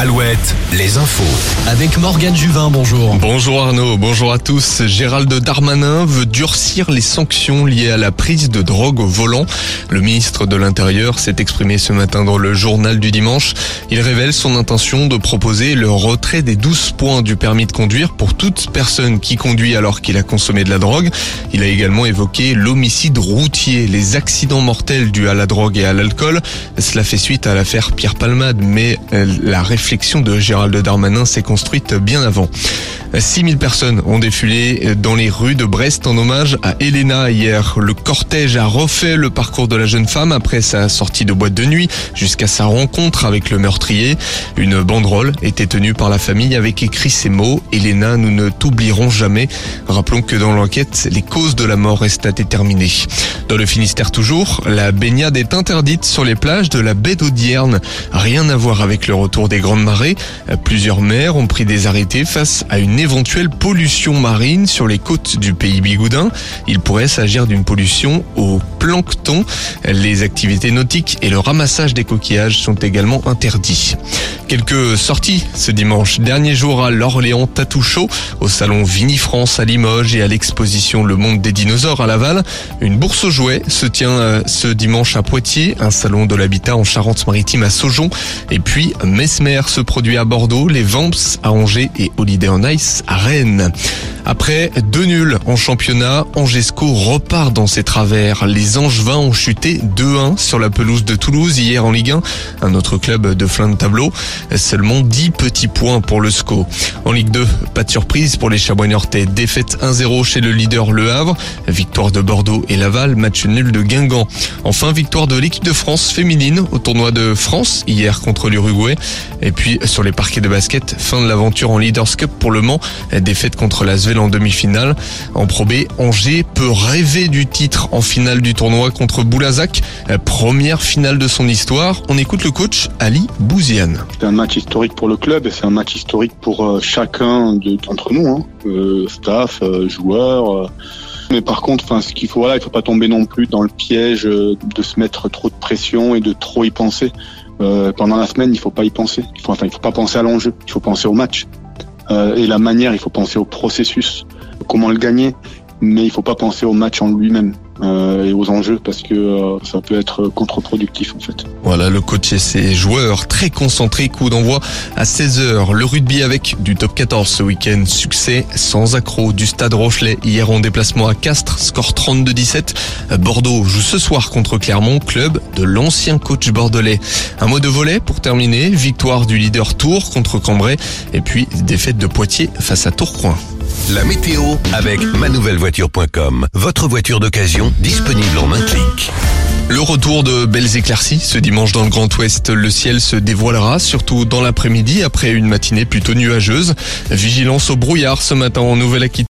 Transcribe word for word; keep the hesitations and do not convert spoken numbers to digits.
Alouette, les infos. Avec Morgane Juvin, bonjour. Bonjour Arnaud, bonjour à tous. Gérald Darmanin veut durcir les sanctions liées à la prise de drogue au volant. Le ministre de l'Intérieur s'est exprimé ce matin dans le journal du dimanche. Il révèle son intention de proposer le retrait des douze points du permis de conduire pour toute personne qui conduit alors qu'il a consommé de la drogue. Il a également évoqué l'homicide routier, les accidents mortels dus à la drogue et à l'alcool. Cela fait suite à l'affaire Pierre Palmade, mais la réflexion de Gérald Darmanin s'est construite bien avant. six mille personnes ont défilé dans les rues de Brest en hommage à Elena hier. Le cortège a refait le parcours de la jeune femme après sa sortie de boîte de nuit jusqu'à sa rencontre avec le meurtrier. Une banderole était tenue par la famille avec écrit ces mots: Elena, nous ne t'oublierons jamais. Rappelons que dans l'enquête, les causes de la mort restent à déterminer. Dans le Finistère toujours, la baignade est interdite sur les plages de la baie d'Audierne. Rien à voir avec le retour des grandes marées. Plusieurs maires ont pris des arrêtés face à une éventuelle pollution marine sur les côtes du pays bigoudin. Il pourrait s'agir d'une pollution au plancton. Les activités nautiques et le ramassage des coquillages sont également interdits. Quelques sorties ce dimanche. Dernier jour à l'Orléans Tattoo Show, au salon Vinifrance à Limoges et à l'exposition Le Monde des Dinosaures à Laval. Une bourse aux jouets se tient ce dimanche à Poitiers, un salon de l'habitat en Charente-Maritime à Saujon. Et puis Mesmer se produit à Bordeaux, les Vamps à Angers et Holiday on Ice à Rennes. Après deux nuls en championnat, Angesco repart dans ses travers. Les Angevins ont chuté deux un sur la pelouse de Toulouse hier en Ligue un, un autre club de fin de tableau. Seulement dix petits points pour le S C O. En Ligue deux, pas de surprise pour les Chabouis-Niortais. Défaite un zéro chez le leader Le Havre. Victoire de Bordeaux et Laval, match nul de Guingamp. Enfin, victoire de l'équipe de France féminine au tournoi de France hier contre l'Uruguay. Et puis sur les parquets de basket, fin de l'aventure en Leaders Cup pour Le Mans. Défaite contre l'Asvel en demi-finale. En Pro B, Angers peut rêver du titre en finale du tournoi contre Boulazac. Première finale de son histoire. On écoute le coach Ali Bouziane. C'est un match historique pour le club et c'est un match historique pour euh, chacun de, d'entre nous, hein. euh, staff, euh, joueurs. Euh. Mais par contre, enfin, ce qu'il faut, voilà, il faut pas tomber non plus dans le piège euh, de se mettre trop de pression et de trop y penser. Euh, pendant la semaine, il faut pas y penser. Il faut, enfin, il faut pas penser à l'enjeu. Il faut penser au match. Euh, et la manière, il faut penser au processus, comment le gagner, mais il faut pas penser au match en lui-même euh, et aux enjeux parce que euh, ça peut être contre-productif en fait. Voilà, le coach et ses joueurs très concentrés. Coup d'envoi à seize heures. Le rugby avec du top quatorze ce week-end. Succès sans accroc du Stade Rochelet hier en déplacement à Castres. Score trente-deux dix-sept. Bordeaux joue ce soir contre Clermont, club de l'ancien coach bordelais. Un mot de volley pour terminer. Victoire du leader Tours contre Cambrai. Et puis défaite de Poitiers face à Tourcoing. La météo avec mannouvelle voiture point com. Votre voiture d'occasion disponible en un clic. Le retour de belles éclaircies ce dimanche dans le Grand Ouest. Le ciel se dévoilera, surtout dans l'après-midi, après une matinée plutôt nuageuse. Vigilance au brouillard ce matin en Nouvelle-Aquitaine.